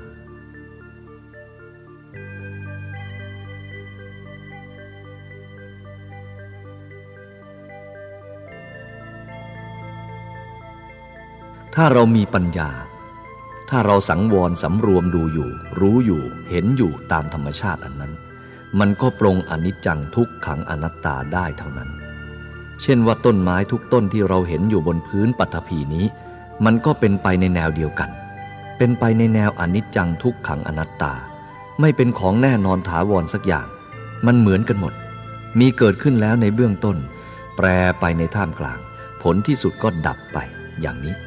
ถ้าเรามีปัญญาถ้าเราสังวรสำรวมดูอยู่รู้อยู่เห็นอยู่ตามธรรมชาติอันนั้นมันก็ปรงอนิจจังทุกขังอนัตตาได้เท่านั้นเช่นว่าต้นไม้ทุกต้นที่เราเห็นอยู่บนพื้นปฐพีนี้มันก็เป็นไปในแนวเดียวกันเป็นไปในแนวอนิจจังทุกขังอนัตตาไม่เป็นของแน่นอนถาวรสักอย่างมันเหมือนกันหมดมีเกิดขึ้นแล้วในเบื้องต้นแปรไปในท่ามกลางผลที่สุดก็ดับไปอย่างนี้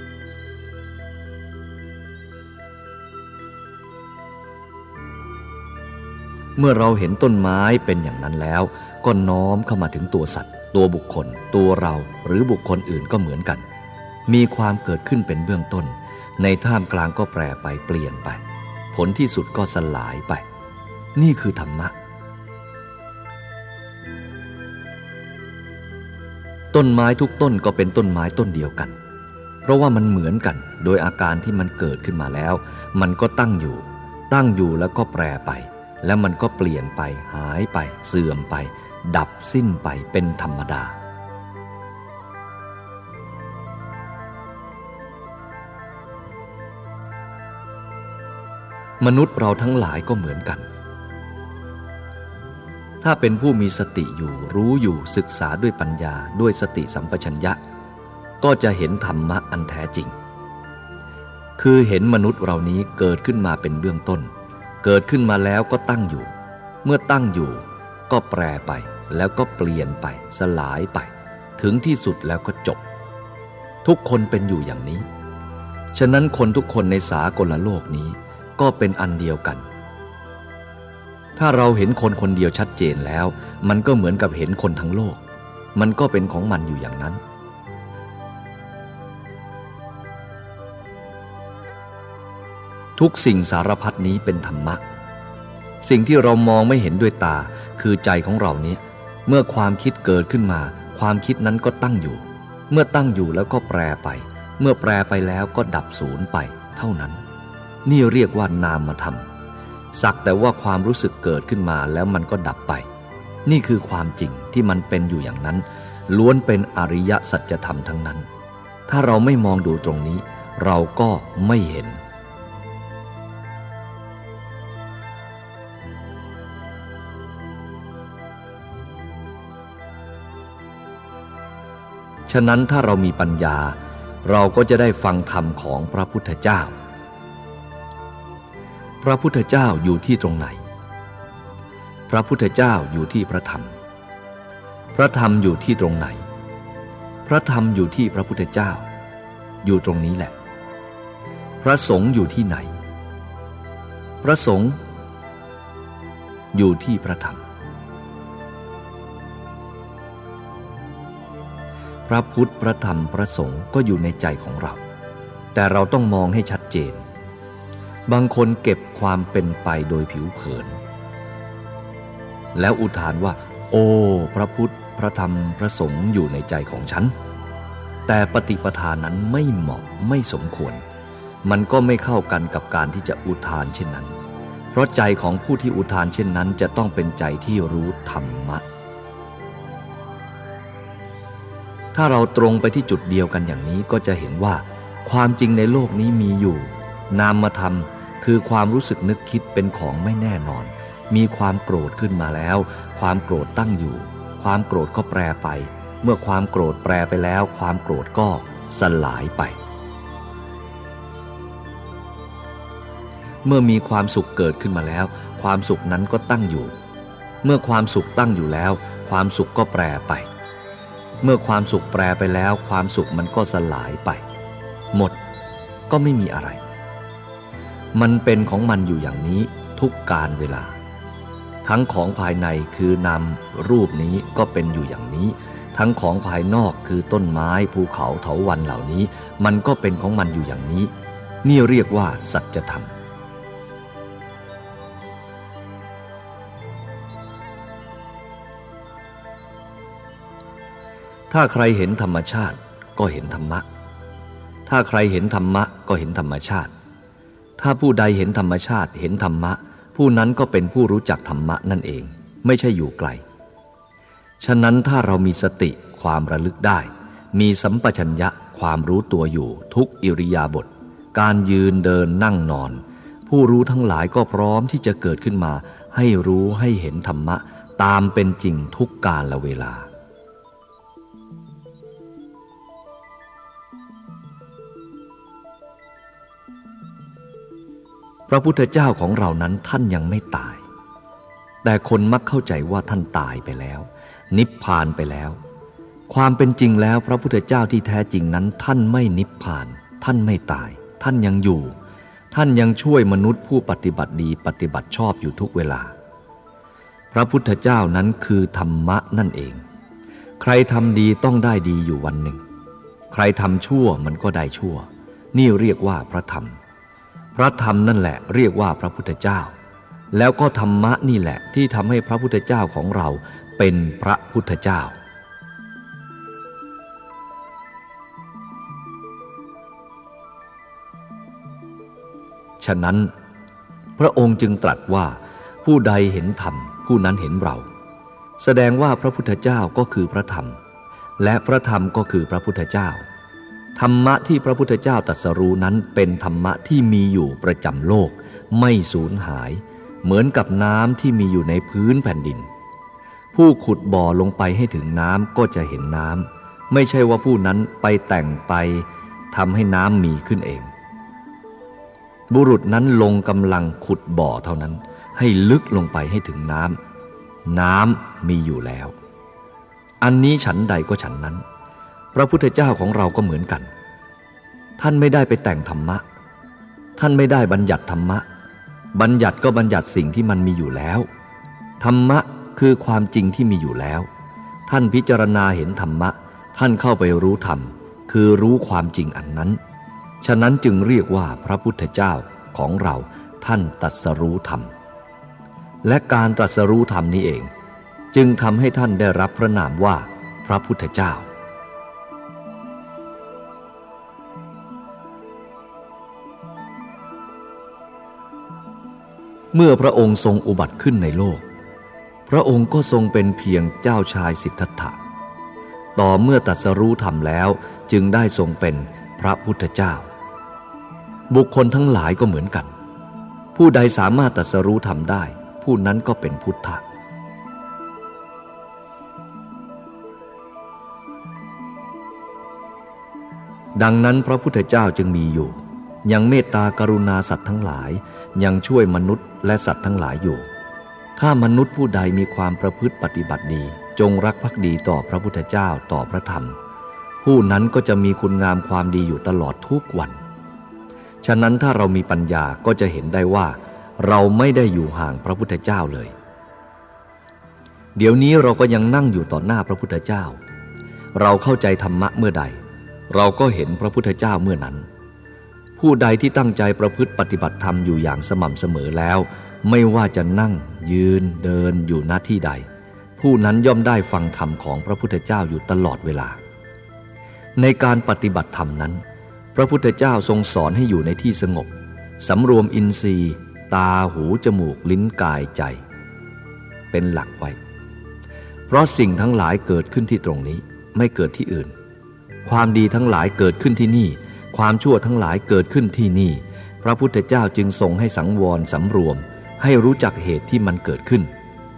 เมื่อเราเห็นต้นไม้เป็นอย่างนั้นแล้วก็น้อมเข้ามาถึงตัวสัตว์ตัวบุคคลตัวเราหรือบุคคลอื่นก็เหมือนกันมีความเกิดขึ้นเป็นเบื้องต้นในท่ามกลางก็แปรไปเปลี่ยนไปผลที่สุดก็สลายไปนี่คือธรรมะต้นไม้ทุกต้นก็เป็นต้นไม้ต้นเดียวกันเพราะว่ามันเหมือนกันโดยอาการที่มันเกิดขึ้นมาแล้วมันก็ตั้งอยู่แล้วก็แปรไปแล้วมันก็เปลี่ยนไปหายไปเสื่อมไปดับสิ้นไปเป็นธรรมดามนุษย์เราทั้งหลายก็เหมือนกันถ้าเป็นผู้มีสติอยู่รู้อยู่ศึกษาด้วยปัญญาด้วยสติสัมปชัญญะก็จะเห็นธรรมะอันแท้จริงคือเห็นมนุษย์เรานี้เกิดขึ้นมาเป็นเบื้องต้นเกิดขึ้นมาแล้วก็ตั้งอยู่เมื่อตั้งอยู่ก็แปรไปแล้วก็เปลี่ยนไปสลายไปถึงที่สุดแล้วก็จบทุกคนเป็นอยู่อย่างนี้ฉะนั้นคนทุกคนในสากลโลกนี้ก็เป็นอันเดียวกันถ้าเราเห็นคนคนเดียวชัดเจนแล้วมันก็เหมือนกับเห็นคนทั้งโลกมันก็เป็นของมันอยู่อย่างนั้นทุกสิ่งสารพัดนี้เป็นธรรมะสิ่งที่เรามองไม่เห็นด้วยตาคือใจของเรานี้เมื่อความคิดเกิดขึ้นมาความคิดนั้นก็ตั้งอยู่เมื่อตั้งอยู่แล้วก็แปรไปเมื่อแปรไปแล้วก็ดับสูญไปเท่านั้นนี่เรียกว่านามธรรมสักแต่ว่าความรู้สึกเกิดขึ้นมาแล้วมันก็ดับไปนี่คือความจริงที่มันเป็นอยู่อย่างนั้นล้วนเป็นอริยสัจธรรมทั้งนั้นถ้าเราไม่มองดูตรงนี้เราก็ไม่เห็นฉะนั้นถ้าเรามีปัญญาเราก็จะได้ฟังธรรมของพระพุทธเจ้าพระพุทธเจ้าอยู่ที่ตรงไหนพระพุทธเจ้าอยู่ที่พระธรรมพระธรรมอยู่ที่ตรงไหนพระธรรมอยู่ที่พระพุทธเจ้าอยู่ตรงนี้แหละพระสงฆ์อยู่ที่ไหนพระสงฆ์อยู่ที่พระธรรมพระพุทธพระธรรมพระสงฆ์ก็อยู่ในใจของเราแต่เราต้องมองให้ชัดเจนบางคนเก็บความเป็นไปโดยผิวเผินแล้วอุทานว่าโอ้พระพุทธพระธรรมพระสงฆ์อยู่ในใจของฉันแต่ปฏิปทานั้นไม่เหมาะไม่สมควรมันก็ไม่เข้ากันกับการที่จะอุทานเช่นนั้นเพราะใจของผู้ที่อุทานเช่นนั้นจะต้องเป็นใจที่รู้ธรรมะถ้าเราตรงไปที่จุดเดียวกันอย่างนี้ก็จะเห็นว่าความจริงในโลกนี้มีอยู่นามธรรมคือความรู้สึกนึกคิดเป็นของไม่แน่นอนมีความโกรธขึ้นมาแล้วความโกรธตั้งอยู่ความโกรธก็แปรไปเมื่อความโกรธแปรไปแล้วความโกรธก็สลายไปเมื่อมีความสุขเกิดขึ้นมาแล้วความสุขนั้นก็ตั้งอยู่เมื่อความสุขตั้งอยู่แล้วความสุขก็แปรไปเมื่อความสุขแปรไปแล้วความสุขมันก็สลายไปหมดก็ไม่มีอะไรมันเป็นของมันอยู่อย่างนี้ทุกกาลเวลาทั้งของภายในคือนามรูปนี้ก็เป็นอยู่อย่างนี้ทั้งของภายนอกคือต้นไม้ภูเขาเถาวัลย์เหล่านี้มันก็เป็นของมันอยู่อย่างนี้นี่เรียกว่าสัจธรรมถ้าใครเห็นธรรมชาติก็เห็นธรรมะถ้าใครเห็นธรรมะก็เห็นธรรมชาติถ้าผู้ใดเห็นธรรมชาติเห็นธรรมะผู้นั้นก็เป็นผู้รู้จักธรรมะนั่นเองไม่ใช่อยู่ไกลฉะนั้นถ้าเรามีสติความระลึกได้มีสัมปชัญญะความรู้ตัวอยู่ทุกอิริยาบถการยืนเดินนั่งนอนผู้รู้ทั้งหลายก็พร้อมที่จะเกิดขึ้นมาให้รู้ให้เห็นธรรมะตามเป็นจริงทุกกาลเวลาพระพุทธเจ้าของเรานั้นท่านยังไม่ตายแต่คนมักเข้าใจว่าท่านตายไปแล้วนิพพานไปแล้วความเป็นจริงแล้วพระพุทธเจ้าที่แท้จริงนั้นท่านไม่นิพพานท่านไม่ตายท่านยังอยู่ท่านยังช่วยมนุษย์ผู้ปฏิบัติดีปฏิบัติชอบอยู่ทุกเวลาพระพุทธเจ้านั้นคือธรรมะนั่นเองใครทำดีต้องได้ดีอยู่วันหนึ่งใครทำชั่วมันก็ได้ชั่วนี่เรียกว่าพระธรรมพระธรรมนั่นแหละเรียกว่าพระพุทธเจ้าแล้วก็ธรรมะนี่แหละที่ทำให้พระพุทธเจ้าของเราเป็นพระพุทธเจ้าฉะนั้นพระองค์จึงตรัสว่าผู้ใดเห็นธรรมผู้นั้นเห็นเราแสดงว่าพระพุทธเจ้าก็คือพระธรรมและพระธรรมก็คือพระพุทธเจ้าธรรมะที่พระพุทธเจ้าตรัสรู้นั้นเป็นธรรมะที่มีอยู่ประจำโลกไม่สูญหายเหมือนกับน้ำที่มีอยู่ในพื้นแผ่นดินผู้ขุดบ่อลงไปให้ถึงน้ำก็จะเห็นน้ำไม่ใช่ว่าผู้นั้นไปแต่งไปทำให้น้ำมีขึ้นเองบุรุษนั้นลงกำลังขุดบ่อเท่านั้นให้ลึกลงไปให้ถึงน้ำน้ำมีอยู่แล้วอันนี้ฉันใดก็ฉันนั้นพระพุทธเจ้าของเราก็เหมือนกันท่านไม่ได้ไปแต่งธรรมะท่านไม่ได้บัญญัติธรรมะบัญญัติก็บัญญัติสิ่งที่มันมีอยู่แล้วธรรมะคือความจริงที่มีอยู่แล้วท่านพิจารณาเห็นธรรมะท่านเข้าไปรู้ธรรมคือรู้ความจริงอันนั้นฉะนั้นจึงเรียกว่าพระพุทธเจ้าของเราท่านตรัสรู้ธรรมและการตรัสรู้ธรรมนี้เองจึงทำให้ท่านได้รับพระนามว่าพระพุทธเจ้าเมื่อพระองค์ทรงอุบัติขึ้นในโลกพระองค์ก็ทรงเป็นเพียงเจ้าชายสิทธัตถะต่อเมื่อตรัสรู้ธรรมแล้วจึงได้ทรงเป็นพระพุทธเจ้าบุคคลทั้งหลายก็เหมือนกันผู้ใดสามารถตรัสรู้ธรรมได้ผู้นั้นก็เป็นพุทธะดังนั้นพระพุทธเจ้าจึงมีอยู่ยังเมตตากรุณาสัตว์ทั้งหลายยังช่วยมนุษย์และสัตว์ทั้งหลายอยู่ถ้ามนุษย์ผู้ใดมีความประพฤติปฏิบัติดีจงรักภักดีต่อพระพุทธเจ้าต่อพระธรรมผู้นั้นก็จะมีคุณงามความดีอยู่ตลอดทุกวันฉะนั้นถ้าเรามีปัญญาก็จะเห็นได้ว่าเราไม่ได้อยู่ห่างพระพุทธเจ้าเลยเดี๋ยวนี้เราก็ยังนั่งอยู่ต่อหน้าพระพุทธเจ้าเราเข้าใจธรรมะเมื่อใดเราก็เห็นพระพุทธเจ้าเมื่อนั้นผู้ใดที่ตั้งใจประพฤติปฏิบัติธรรมอยู่อย่างสม่ำเสมอแล้วไม่ว่าจะนั่งยืนเดินอยู่ณที่ใดผู้นั้นย่อมได้ฟังธรรมของพระพุทธเจ้าอยู่ตลอดเวลาในการปฏิบัติธรรมนั้นพระพุทธเจ้าทรงสอนให้อยู่ในที่สงบสำรวมอินทรีย์ตาหูจมูกลิ้นกายใจเป็นหลักไว้เพราะสิ่งทั้งหลายเกิดขึ้นที่ตรงนี้ไม่เกิดที่อื่นความดีทั้งหลายเกิดขึ้นที่นี่ความชั่วทั้งหลายเกิดขึ้นที่นี่พระพุทธเจ้าจึงทรงให้สังวรสำรวมให้รู้จักเหตุที่มันเกิดขึ้น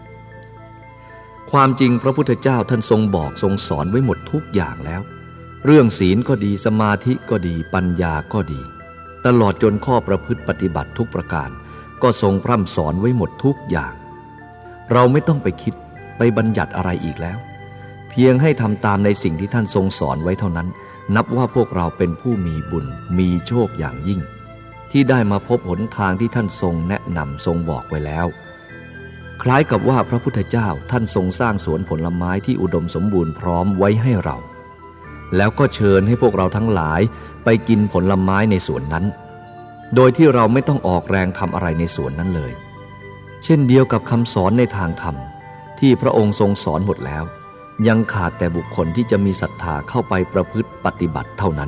ความจริงพระพุทธเจ้าท่านทรงบอกทรงสอนไว้หมดทุกอย่างแล้วเรื่องศีลก็ดีสมาธิก็ดีปัญญาก็ดีตลอดจนข้อประพฤติปฏิบัติทุกประการก็ทรงพร่ำสอนไว้หมดทุกอย่างเราไม่ต้องไปคิดไปบัญญัติอะไรอีกแล้วเพียงให้ทำตามในสิ่งที่ท่านทรงสอนไว้เท่านั้นนับว่าพวกเราเป็นผู้มีบุญมีโชคอย่างยิ่งที่ได้มาพบหนทางที่ท่านทรงแนะนำทรงบอกไว้แล้วคล้ายกับว่าพระพุทธเจ้าท่านทรงสร้างสวนผลไม้ที่อุดมสมบูรณ์พร้อมไว้ให้เราแล้วก็เชิญให้พวกเราทั้งหลายไปกินผลไม้ในสวนนั้นโดยที่เราไม่ต้องออกแรงทำอะไรในสวนนั้นเลยเช่นเดียวกับคำสอนในทางธรรมที่พระองค์ทรงสอนหมดแล้วยังขาดแต่บุคคลที่จะมีศรัทธาเข้าไปประพฤติปฏิบัติเท่านั้น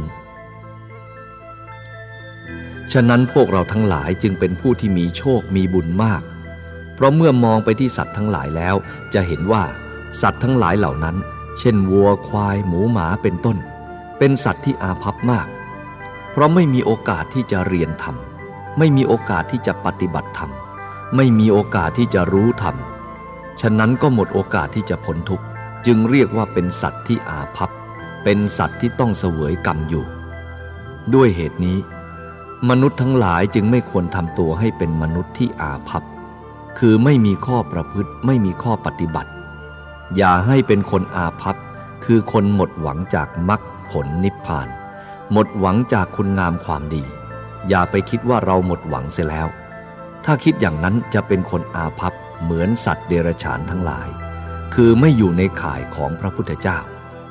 ฉะนั้นพวกเราทั้งหลายจึงเป็นผู้ที่มีโชคมีบุญมากเพราะเมื่อมองไปที่สัตว์ทั้งหลายแล้วจะเห็นว่าสัตว์ทั้งหลายเหล่านั้นเช่นวัวควายหมูหมาเป็นต้นเป็นสัตว์ที่อาภัพมากเพราะไม่มีโอกาสที่จะเรียนธรรมไม่มีโอกาสที่จะปฏิบัติธรรมไม่มีโอกาสที่จะรู้ธรรมฉะนั้นก็หมดโอกาสที่จะพ้นทุกข์จึงเรียกว่าเป็นสัตว์ที่อาภัพเป็นสัตว์ที่ต้องเสวยกรรมอยู่ด้วยเหตุนี้มนุษย์ทั้งหลายจึงไม่ควรทำตัวให้เป็นมนุษย์ที่อาภัพคือไม่มีข้อประพฤติไม่มีข้อปฏิบัติอย่าให้เป็นคนอาภัพคือคนหมดหวังจากมรรคผลนิพพานหมดหวังจากคุณงามความดีอย่าไปคิดว่าเราหมดหวังเสียแล้วถ้าคิดอย่างนั้นจะเป็นคนอาภัพเหมือนสัตว์เดรัจฉานทั้งหลายคือไม่อยู่ในข่ายของพระพุทธเจ้า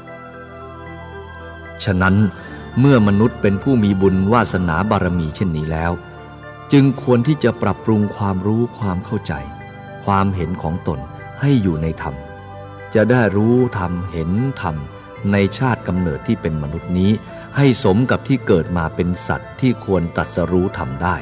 ฉะนั้นเมื่อมนุษย์เป็นผู้มีบุญวาสนาบารมีเช่นนี้แล้วจึงควรที่จะปรับปรุงความรู้ความเข้าใจความเห็นของตนให้อยู่ในธรรมจะได้รู้ธรรมเห็นธรรมในชาติกำเนิดที่เป็นมนุษย์นี้ให้สมกับที่เกิดมาเป็นสัตว์ที่ควรตรัสรู้ธรรมได้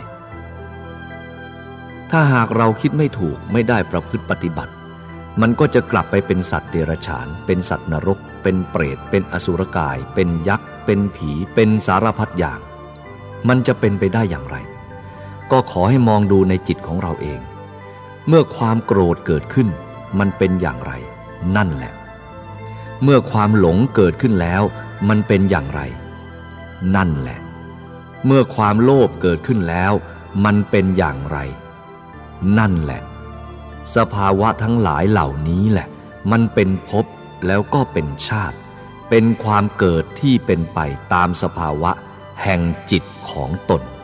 ถ้าหากเราคิดไม่ถูกไม่ได้ประพฤติปฏิบัติมันก็จะกลับไปเป็นสัตว์เดรัจฉานเป็นสัตว์นรกเป็นเปรตเป็นอสุรกายเป็นยักษ์เป็นผีเป็นสารพัดอย่างมันจะเป็นไปได้อย่างไรก็ขอให้มองดูในจิตของเราเองเมื่อความโกรธเกิดขึ้นมันเป็นอย่างไรนั่นแหละเมื่อความหลงเกิดขึ้นแล้วมันเป็นอย่างไรนั่นแหละเมื่อความโลภเกิดขึ้นแล้วมันเป็นอย่างไรนั่นแหละสภาวะทั้งหลายเหล่านี้แหละมันเป็นภพแล้วก็เป็นชาติเป็นความเกิดที่เป็นไปตามสภาวะแห่งจิตของตน